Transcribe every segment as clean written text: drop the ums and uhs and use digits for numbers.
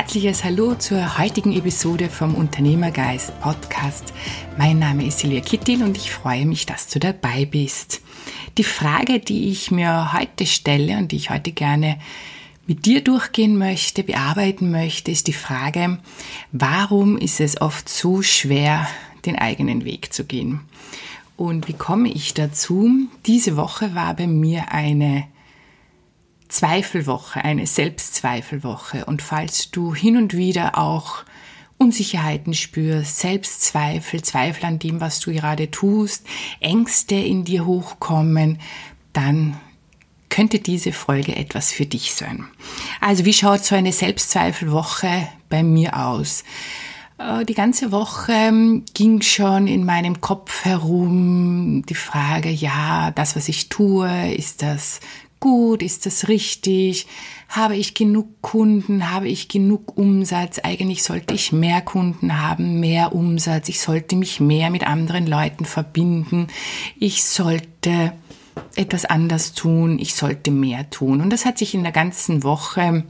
herzliches Hallo zur heutigen Episode vom Unternehmergeist Podcast. Mein Name ist Silvia Kittil und ich freue mich, dass du dabei bist. Die Frage, die ich mir heute stelle und die ich heute gerne mit dir durchgehen möchte, bearbeiten möchte, ist die Frage, warum ist es oft so schwer, den eigenen Weg zu gehen? Und wie komme ich dazu? Diese Woche war bei mir eine Zweifelwoche, eine Selbstzweifelwoche. Und falls du hin und wieder auch Unsicherheiten spürst, Selbstzweifel, Zweifel an dem, was du gerade tust, Ängste in dir hochkommen, dann könnte diese Folge etwas für dich sein. Also wie schaut so eine Selbstzweifelwoche bei mir aus? Die ganze Woche ging schon in meinem Kopf herum die Frage, ja, das, was ich tue, ist das gut, ist das richtig? Habe ich genug Kunden? Habe ich genug Umsatz? Eigentlich sollte ich mehr Kunden haben, mehr Umsatz. Ich sollte mich mehr mit anderen Leuten verbinden. Ich sollte etwas anders tun. Ich sollte mehr tun. Und das hat sich in der ganzen Woche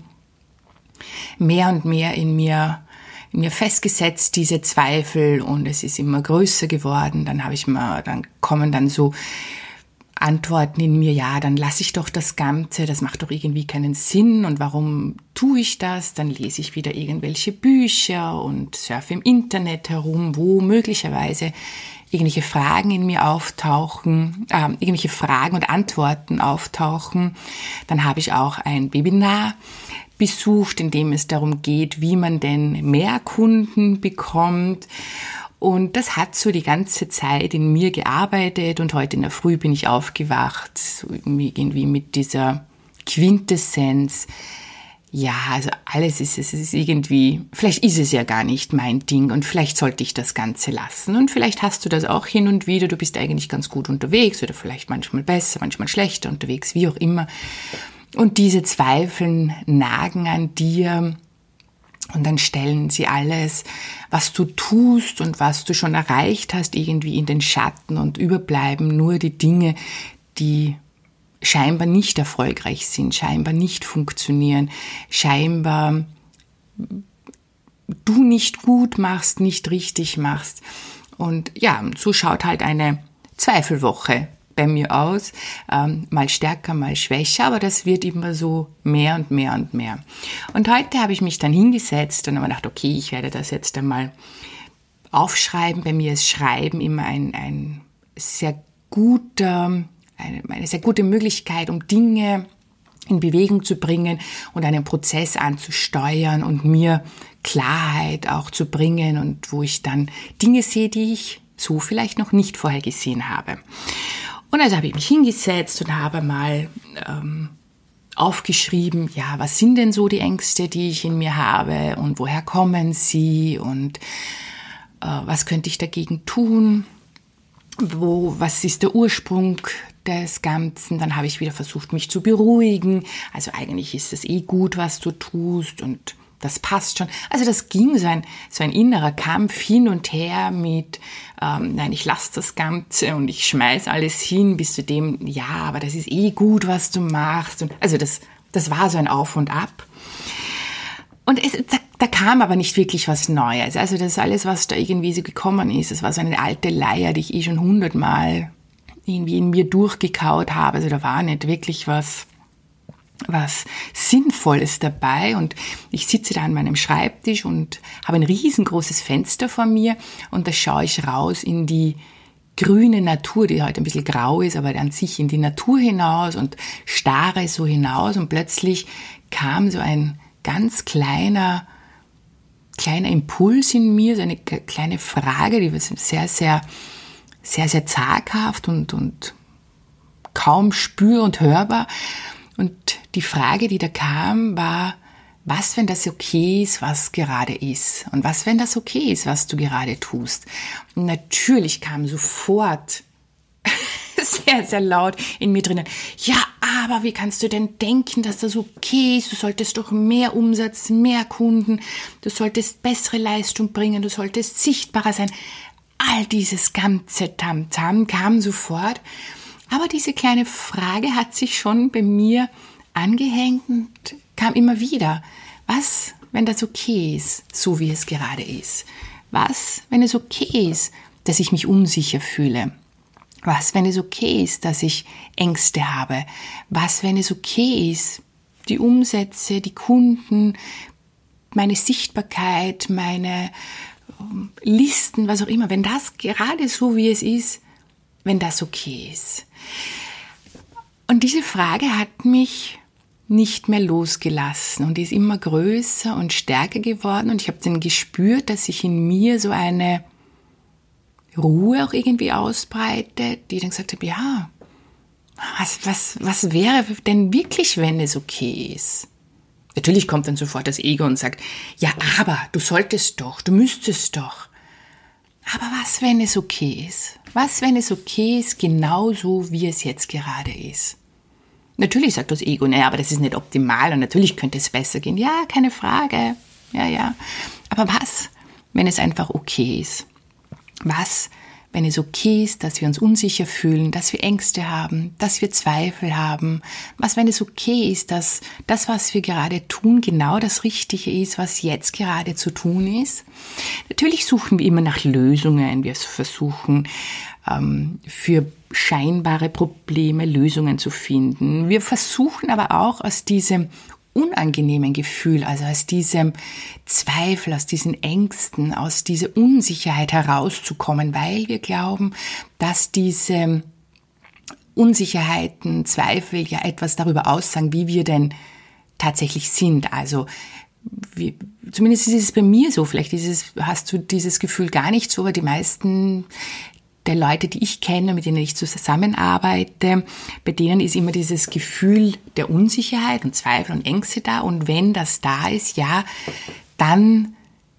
mehr und mehr in mir festgesetzt, diese Zweifel. Und es ist immer größer geworden. Dann kommen dann so Antworten in mir, ja, dann lasse ich doch das Ganze, das macht doch irgendwie keinen Sinn und warum tue ich das? Dann lese ich wieder irgendwelche Bücher und surfe im Internet herum, wo möglicherweise irgendwelche Fragen in mir auftauchen, irgendwelche Fragen und Antworten auftauchen. Dann habe ich auch ein Webinar besucht, in dem es darum geht, wie man denn mehr Kunden bekommt. Und das hat so die ganze Zeit in mir gearbeitet und heute in der Früh bin ich aufgewacht, so irgendwie mit dieser Quintessenz. Ja, also es ist irgendwie, vielleicht ist es ja gar nicht mein Ding und vielleicht sollte ich das Ganze lassen. Und vielleicht hast du das auch hin und wieder, du bist eigentlich ganz gut unterwegs oder vielleicht manchmal besser, manchmal schlechter unterwegs, wie auch immer. Und diese Zweifel nagen an dir. Und dann stellen sie alles, was du tust und was du schon erreicht hast, irgendwie in den Schatten und überbleiben nur die Dinge, die scheinbar nicht erfolgreich sind, scheinbar nicht funktionieren, scheinbar du nicht gut machst, nicht richtig machst. Und ja, so schaut halt eine Zweifelwoche bei mir aus, mal stärker, mal schwächer, aber das wird immer so mehr und mehr und mehr. Und heute habe ich mich dann hingesetzt und habe gedacht, okay, ich werde das jetzt einmal aufschreiben. Bei mir ist Schreiben immer eine sehr gute Möglichkeit, um Dinge in Bewegung zu bringen und einen Prozess anzusteuern und mir Klarheit auch zu bringen und wo ich dann Dinge sehe, die ich so vielleicht noch nicht vorher gesehen habe. Und also habe ich mich hingesetzt und habe mal aufgeschrieben, ja, was sind denn so die Ängste, die ich in mir habe und woher kommen sie und was könnte ich dagegen tun, was ist der Ursprung des Ganzen. Dann habe ich wieder versucht, mich zu beruhigen. Also eigentlich ist es gut, was du tust und das passt schon. Also das ging so ein innerer Kampf hin und her mit, nein, ich lasse das Ganze und ich schmeiß alles hin bis zu dem, ja, aber das ist gut, was du machst. Und also das war so ein Auf und Ab. Und da kam aber nicht wirklich was Neues. Also das alles, was da irgendwie so gekommen ist, das war so eine alte Leier, die ich schon 100-mal irgendwie in mir durchgekaut habe. Also da war nicht wirklich was Sinnvolles dabei und ich sitze da an meinem Schreibtisch und habe ein riesengroßes Fenster vor mir und da schaue ich raus in die grüne Natur, die heute ein bisschen grau ist, aber an sich in die Natur hinaus und starre so hinaus und plötzlich kam so ein ganz kleiner Impuls in mir, so eine kleine Frage, die war sehr, sehr, sehr, sehr zaghaft und kaum spür- und hörbar. Und die Frage, die da kam, war, was, wenn das okay ist, was gerade ist? Und was, wenn das okay ist, was du gerade tust? Und natürlich kam sofort sehr, sehr laut in mir drinnen, ja, aber wie kannst du denn denken, dass das okay ist? Du solltest doch mehr Umsatz, mehr Kunden, du solltest bessere Leistung bringen, du solltest sichtbarer sein. All dieses ganze Tamtam kam sofort. Aber diese kleine Frage hat sich schon bei mir angehängt und kam immer wieder. Was, wenn das okay ist, so wie es gerade ist? Was, wenn es okay ist, dass ich mich unsicher fühle? Was, wenn es okay ist, dass ich Ängste habe? Was, wenn es okay ist, die Umsätze, die Kunden, meine Sichtbarkeit, meine Listen, was auch immer, wenn das gerade so wie es ist, wenn das okay ist? Und diese Frage hat mich nicht mehr losgelassen und ist immer größer und stärker geworden und ich habe dann gespürt, dass sich in mir so eine Ruhe auch irgendwie ausbreitet, die dann gesagt habe, ja, was wäre denn wirklich, wenn es okay ist? Natürlich kommt dann sofort das Ego und sagt, ja, aber du solltest doch, du müsstest doch. Aber was, wenn es okay ist? Was, wenn es okay ist, genauso wie es jetzt gerade ist? Natürlich sagt das Ego, naja, aber das ist nicht optimal und natürlich könnte es besser gehen. Ja, keine Frage. Ja. Aber was, wenn es einfach okay ist? Was, wenn es okay ist, dass wir uns unsicher fühlen, dass wir Ängste haben, dass wir Zweifel haben? Was, wenn es okay ist, dass das, was wir gerade tun, genau das Richtige ist, was jetzt gerade zu tun ist? Natürlich suchen wir immer nach Lösungen. Wir versuchen, für scheinbare Probleme Lösungen zu finden. Wir versuchen aber auch aus diesem unangenehmen Gefühl, also aus diesem Zweifel, aus diesen Ängsten, aus dieser Unsicherheit herauszukommen, weil wir glauben, dass diese Unsicherheiten, Zweifel ja etwas darüber aussagen, wie wir denn tatsächlich sind. Also zumindest ist es bei mir so, vielleicht hast du dieses Gefühl gar nicht so, aber die meisten der Leute, die ich kenne, mit denen ich zusammenarbeite, bei denen ist immer dieses Gefühl der Unsicherheit und Zweifel und Ängste da. Und wenn das da ist, ja, dann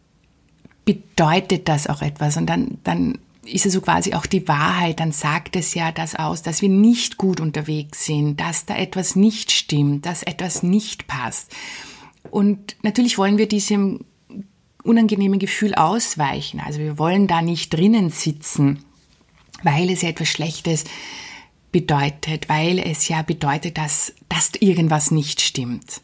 bedeutet das auch etwas. Und dann ist es so quasi auch die Wahrheit. Dann sagt es ja das aus, dass wir nicht gut unterwegs sind, dass da etwas nicht stimmt, dass etwas nicht passt. Und natürlich wollen wir diesem unangenehmen Gefühl ausweichen. Also wir wollen da nicht drinnen sitzen, weil es ja etwas Schlechtes bedeutet, weil es ja bedeutet, dass irgendwas nicht stimmt.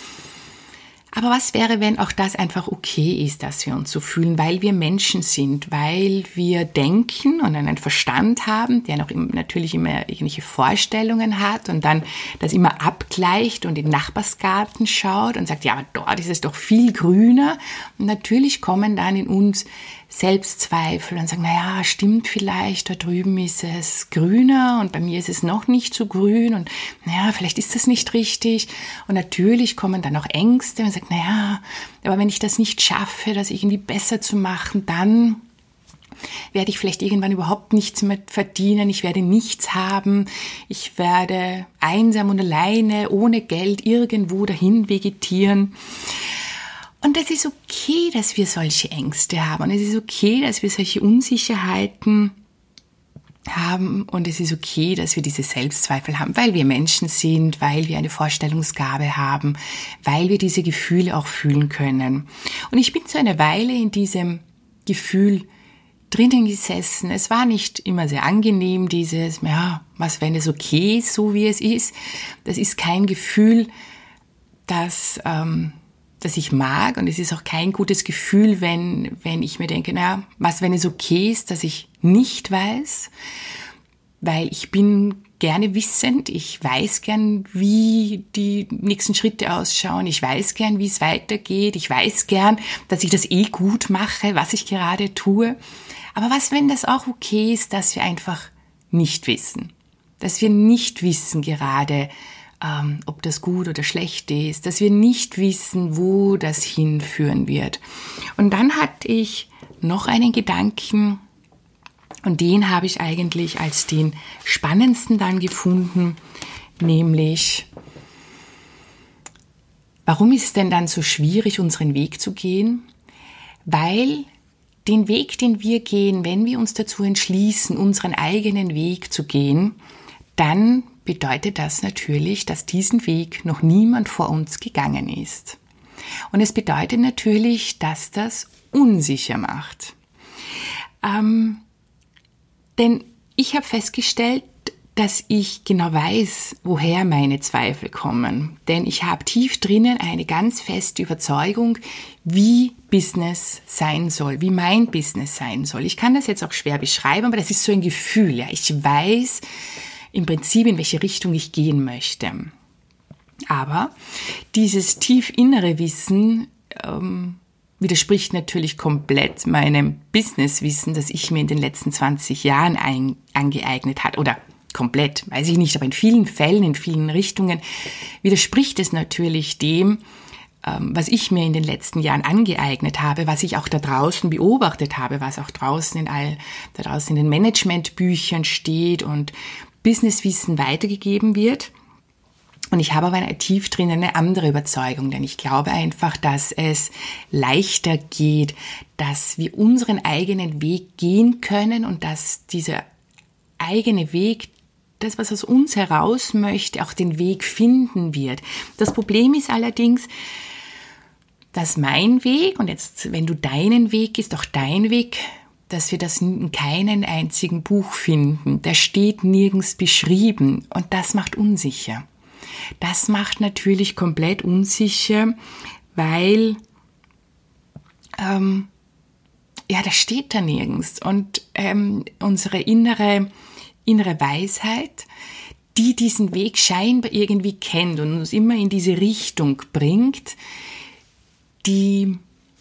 Aber was wäre, wenn auch das einfach okay ist, dass wir uns so fühlen, weil wir Menschen sind, weil wir denken und einen Verstand haben, der natürlich immer irgendwelche Vorstellungen hat und dann das immer abgleicht und in den Nachbarsgarten schaut und sagt, ja, aber dort ist es doch viel grüner. Und natürlich kommen dann in uns Selbstzweifel und sagen, naja, stimmt vielleicht, da drüben ist es grüner und bei mir ist es noch nicht so grün und naja, vielleicht ist das nicht richtig. Und natürlich kommen dann auch Ängste und sagt, naja, aber wenn ich das nicht schaffe, das irgendwie besser zu machen, dann werde ich vielleicht irgendwann überhaupt nichts mehr verdienen, ich werde nichts haben, ich werde einsam und alleine, ohne Geld irgendwo dahin vegetieren. Und es ist okay, dass wir solche Ängste haben und es ist okay, dass wir solche Unsicherheiten haben und es ist okay, dass wir diese Selbstzweifel haben, weil wir Menschen sind, weil wir eine Vorstellungsgabe haben, weil wir diese Gefühle auch fühlen können. Und ich bin so eine Weile in diesem Gefühl drinnen gesessen. Es war nicht immer sehr angenehm, dieses, ja, was wenn es okay ist, so wie es ist. Das ist kein Gefühl, das ich mag und es ist auch kein gutes Gefühl, wenn ich mir denke, na, was, wenn es okay ist, dass ich nicht weiß, weil ich bin gerne wissend, ich weiß gern, wie die nächsten Schritte ausschauen, ich weiß gern, wie es weitergeht, ich weiß gern, dass ich das gut mache, was ich gerade tue. Aber was, wenn das auch okay ist, dass wir einfach nicht wissen, dass wir nicht wissen gerade, ob das gut oder schlecht ist, dass wir nicht wissen, wo das hinführen wird. Und dann hatte ich noch einen Gedanken und den habe ich eigentlich als den spannendsten dann gefunden, nämlich, warum ist es denn dann so schwierig, unseren Weg zu gehen? Weil den Weg, den wir gehen, wenn wir uns dazu entschließen, unseren eigenen Weg zu gehen, dann bedeutet das natürlich, dass diesen Weg noch niemand vor uns gegangen ist. Und es bedeutet natürlich, dass das unsicher macht. Denn ich habe festgestellt, dass ich genau weiß, woher meine Zweifel kommen. Denn ich habe tief drinnen eine ganz feste Überzeugung, wie Business sein soll, wie mein Business sein soll. Ich kann das jetzt auch schwer beschreiben, aber das ist so ein Gefühl. Ja. Ich weiß im Prinzip, in welche Richtung ich gehen möchte. Aber dieses tief innere Wissen widerspricht natürlich komplett meinem Businesswissen, das ich mir in den letzten 20 Jahren angeeignet habe. Oder komplett, weiß ich nicht, aber in vielen Fällen, in vielen Richtungen widerspricht es natürlich dem, was ich mir in den letzten Jahren angeeignet habe, was ich auch da draußen beobachtet habe, was auch draußen da draußen in den Managementbüchern steht und Businesswissen weitergegeben wird. Und ich habe aber tief drin eine andere Überzeugung, denn ich glaube einfach, dass es leichter geht, dass wir unseren eigenen Weg gehen können und dass dieser eigene Weg, das, was aus uns heraus möchte, auch den Weg finden wird. Das Problem ist allerdings, dass mein Weg, und jetzt, wenn du deinen Weg ist, auch dein Weg, dass wir das in keinem einzigen Buch finden. Der steht nirgends beschrieben und das macht unsicher. Das macht natürlich komplett unsicher, weil das steht da nirgends. Und unsere innere Weisheit, die diesen Weg scheinbar irgendwie kennt und uns immer in diese Richtung bringt, die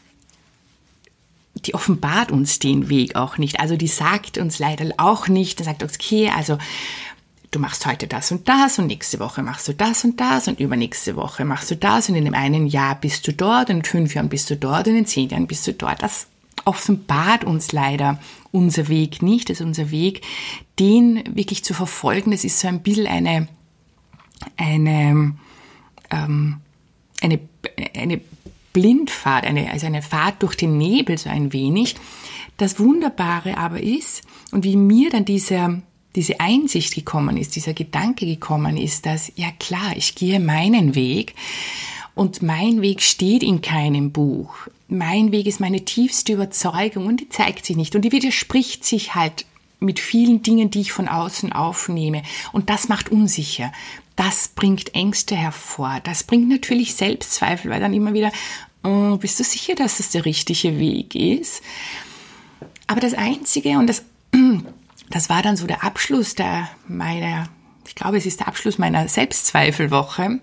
offenbart uns den Weg auch nicht. Also die sagt uns leider auch nicht, die sagt, okay, also du machst heute das und nächste Woche machst du das und übernächste Woche machst du das und in dem einen Jahr bist du dort und in 5 Jahren bist du dort und in 10 Jahren bist du dort. Das offenbart uns leider unser Weg nicht. Das ist unser Weg, den wirklich zu verfolgen. Das ist so ein bisschen eine Blindfahrt, eine Fahrt durch den Nebel so ein wenig. Das Wunderbare aber ist, und wie mir dann diese Einsicht gekommen ist, dieser Gedanke gekommen ist, dass, ja klar, ich gehe meinen Weg und mein Weg steht in keinem Buch. Mein Weg ist meine tiefste Überzeugung und die zeigt sich nicht und die widerspricht sich halt mit vielen Dingen, die ich von außen aufnehme und das macht unsicher. Das bringt Ängste hervor. Das bringt natürlich Selbstzweifel, weil dann immer wieder, oh, bist du sicher, dass das der richtige Weg ist? Aber das Einzige, und das war dann so der Abschluss ich glaube, es ist der Abschluss meiner Selbstzweifelwoche.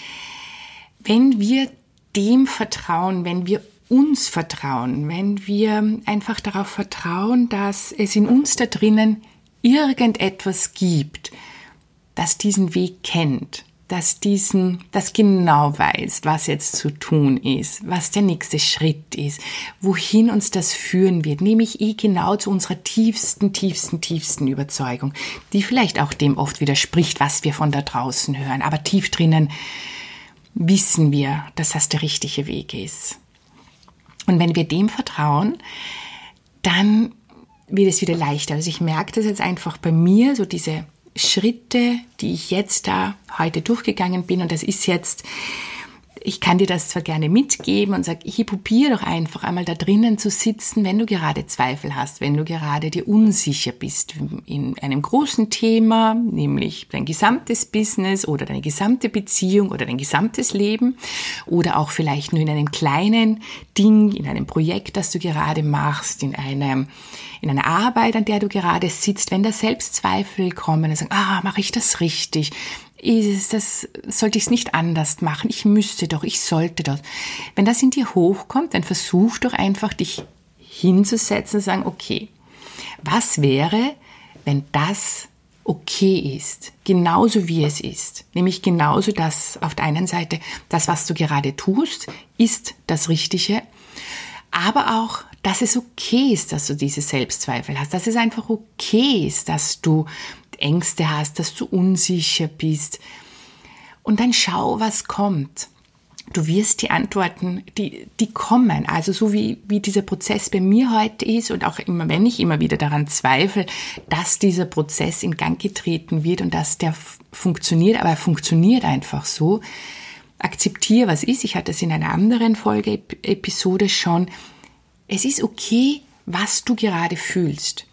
Wenn wir dem vertrauen, wenn wir uns vertrauen, wenn wir einfach darauf vertrauen, dass es in uns da drinnen irgendetwas gibt, das diesen Weg kennt, das genau weiß, was jetzt zu tun ist, was der nächste Schritt ist, wohin uns das führen wird, nämlich genau zu unserer tiefsten Überzeugung, die vielleicht auch dem oft widerspricht, was wir von da draußen hören, aber tief drinnen wissen wir, dass das der richtige Weg ist. Und wenn wir dem vertrauen, dann wird es wieder leichter. Also ich merke das jetzt einfach bei mir, so diese Schritte, die ich jetzt da heute durchgegangen bin, und das ist jetzt, ich kann dir das zwar gerne mitgeben und sage, hier probier doch einfach einmal da drinnen zu sitzen, wenn du gerade Zweifel hast, wenn du gerade dir unsicher bist in einem großen Thema, nämlich dein gesamtes Business oder deine gesamte Beziehung oder dein gesamtes Leben oder auch vielleicht nur in einem kleinen Ding, in einem Projekt, das du gerade machst, in einer Arbeit, an der du gerade sitzt, wenn da Selbstzweifel kommen und sagen, mache ich das richtig? Sollte ich es nicht anders machen? Ich müsste doch, ich sollte doch. Wenn das in dir hochkommt, dann versuch doch einfach, dich hinzusetzen und sagen, okay, was wäre, wenn das okay ist, genauso wie es ist? Nämlich genauso, dass auf der einen Seite das, was du gerade tust, ist das Richtige, aber auch, dass es okay ist, dass du diese Selbstzweifel hast, dass es einfach okay ist, dass du Ängste hast, dass du unsicher bist. Und dann schau, was kommt. Du wirst die Antworten, die kommen. Also so wie dieser Prozess bei mir heute ist und auch immer, wenn ich immer wieder daran zweifle, dass dieser Prozess in Gang getreten wird und dass der funktioniert, aber er funktioniert einfach so. Akzeptiere, was ist. Ich hatte es in einer anderen Episode schon. Es ist okay, was du gerade fühlst.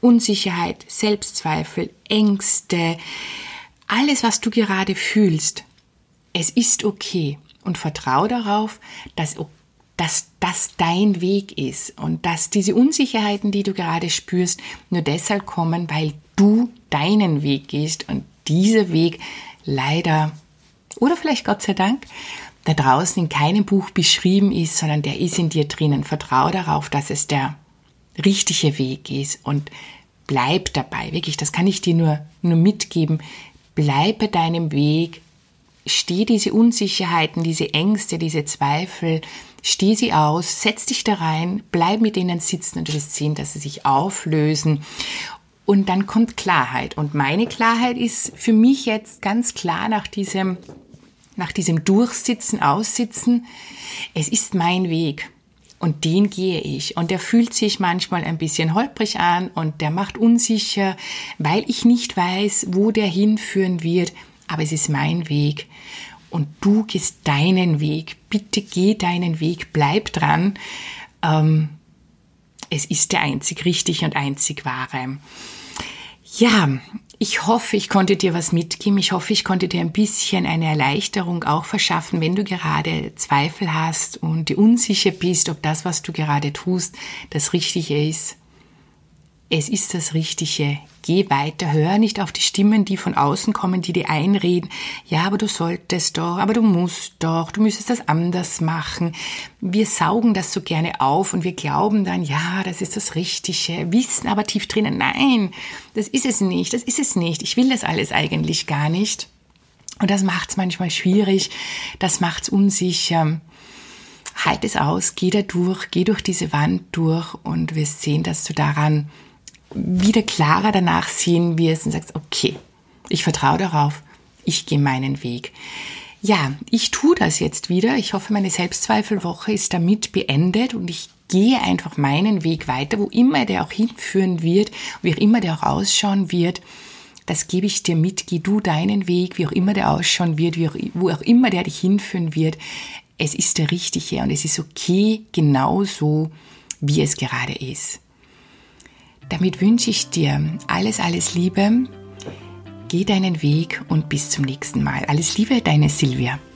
Unsicherheit, Selbstzweifel, Ängste, alles, was du gerade fühlst, es ist okay. Und vertraue darauf, dass das dein Weg ist und dass diese Unsicherheiten, die du gerade spürst, nur deshalb kommen, weil du deinen Weg gehst und dieser Weg leider, oder vielleicht Gott sei Dank, da draußen in keinem Buch beschrieben ist, sondern der ist in dir drinnen. Vertraue darauf, dass es der richtige Weg ist und bleib dabei. Wirklich, das kann ich dir nur mitgeben. Bleib bei deinem Weg. Steh diese Unsicherheiten, diese Ängste, diese Zweifel, steh sie aus, setz dich da rein, bleib mit ihnen sitzen und du wirst sehen, dass sie sich auflösen. Und dann kommt Klarheit. Und meine Klarheit ist für mich jetzt ganz klar nach diesem Durchsitzen, Aussitzen, es ist mein Weg. Und den gehe ich. Und der fühlt sich manchmal ein bisschen holprig an und der macht unsicher, weil ich nicht weiß, wo der hinführen wird. Aber es ist mein Weg und du gehst deinen Weg. Bitte geh deinen Weg, bleib dran. Es ist der einzig richtig und einzig wahre. Ja, ich hoffe, ich konnte dir was mitgeben. Ich hoffe, ich konnte dir ein bisschen eine Erleichterung auch verschaffen, wenn du gerade Zweifel hast und dir unsicher bist, ob das, was du gerade tust, das Richtige ist. Es ist das Richtige. Geh weiter, hör nicht auf die Stimmen, die von außen kommen, die dir einreden. Ja, aber du solltest doch, aber du musst doch, du müsstest das anders machen. Wir saugen das so gerne auf und wir glauben dann, ja, das ist das Richtige, wissen aber tief drinnen, nein, das ist es nicht, ich will das alles eigentlich gar nicht. Und das macht es manchmal schwierig, das macht es unsicher. Halt es aus, geh durch diese Wand durch und wirst sehen, dass du daran wieder klarer danach sehen wirst und sagst, okay, ich vertraue darauf, ich gehe meinen Weg. Ja, ich tue das jetzt wieder. Ich hoffe, meine Selbstzweifelwoche ist damit beendet und ich gehe einfach meinen Weg weiter, wo immer der auch hinführen wird, wie auch immer der auch ausschauen wird. Das gebe ich dir mit. Geh du deinen Weg, wie auch immer der ausschauen wird, wo auch immer der dich hinführen wird. Es ist der Richtige und es ist okay, genauso, wie es gerade ist. Damit wünsche ich dir alles Liebe. Geh deinen Weg und bis zum nächsten Mal. Alles Liebe, deine Silvia.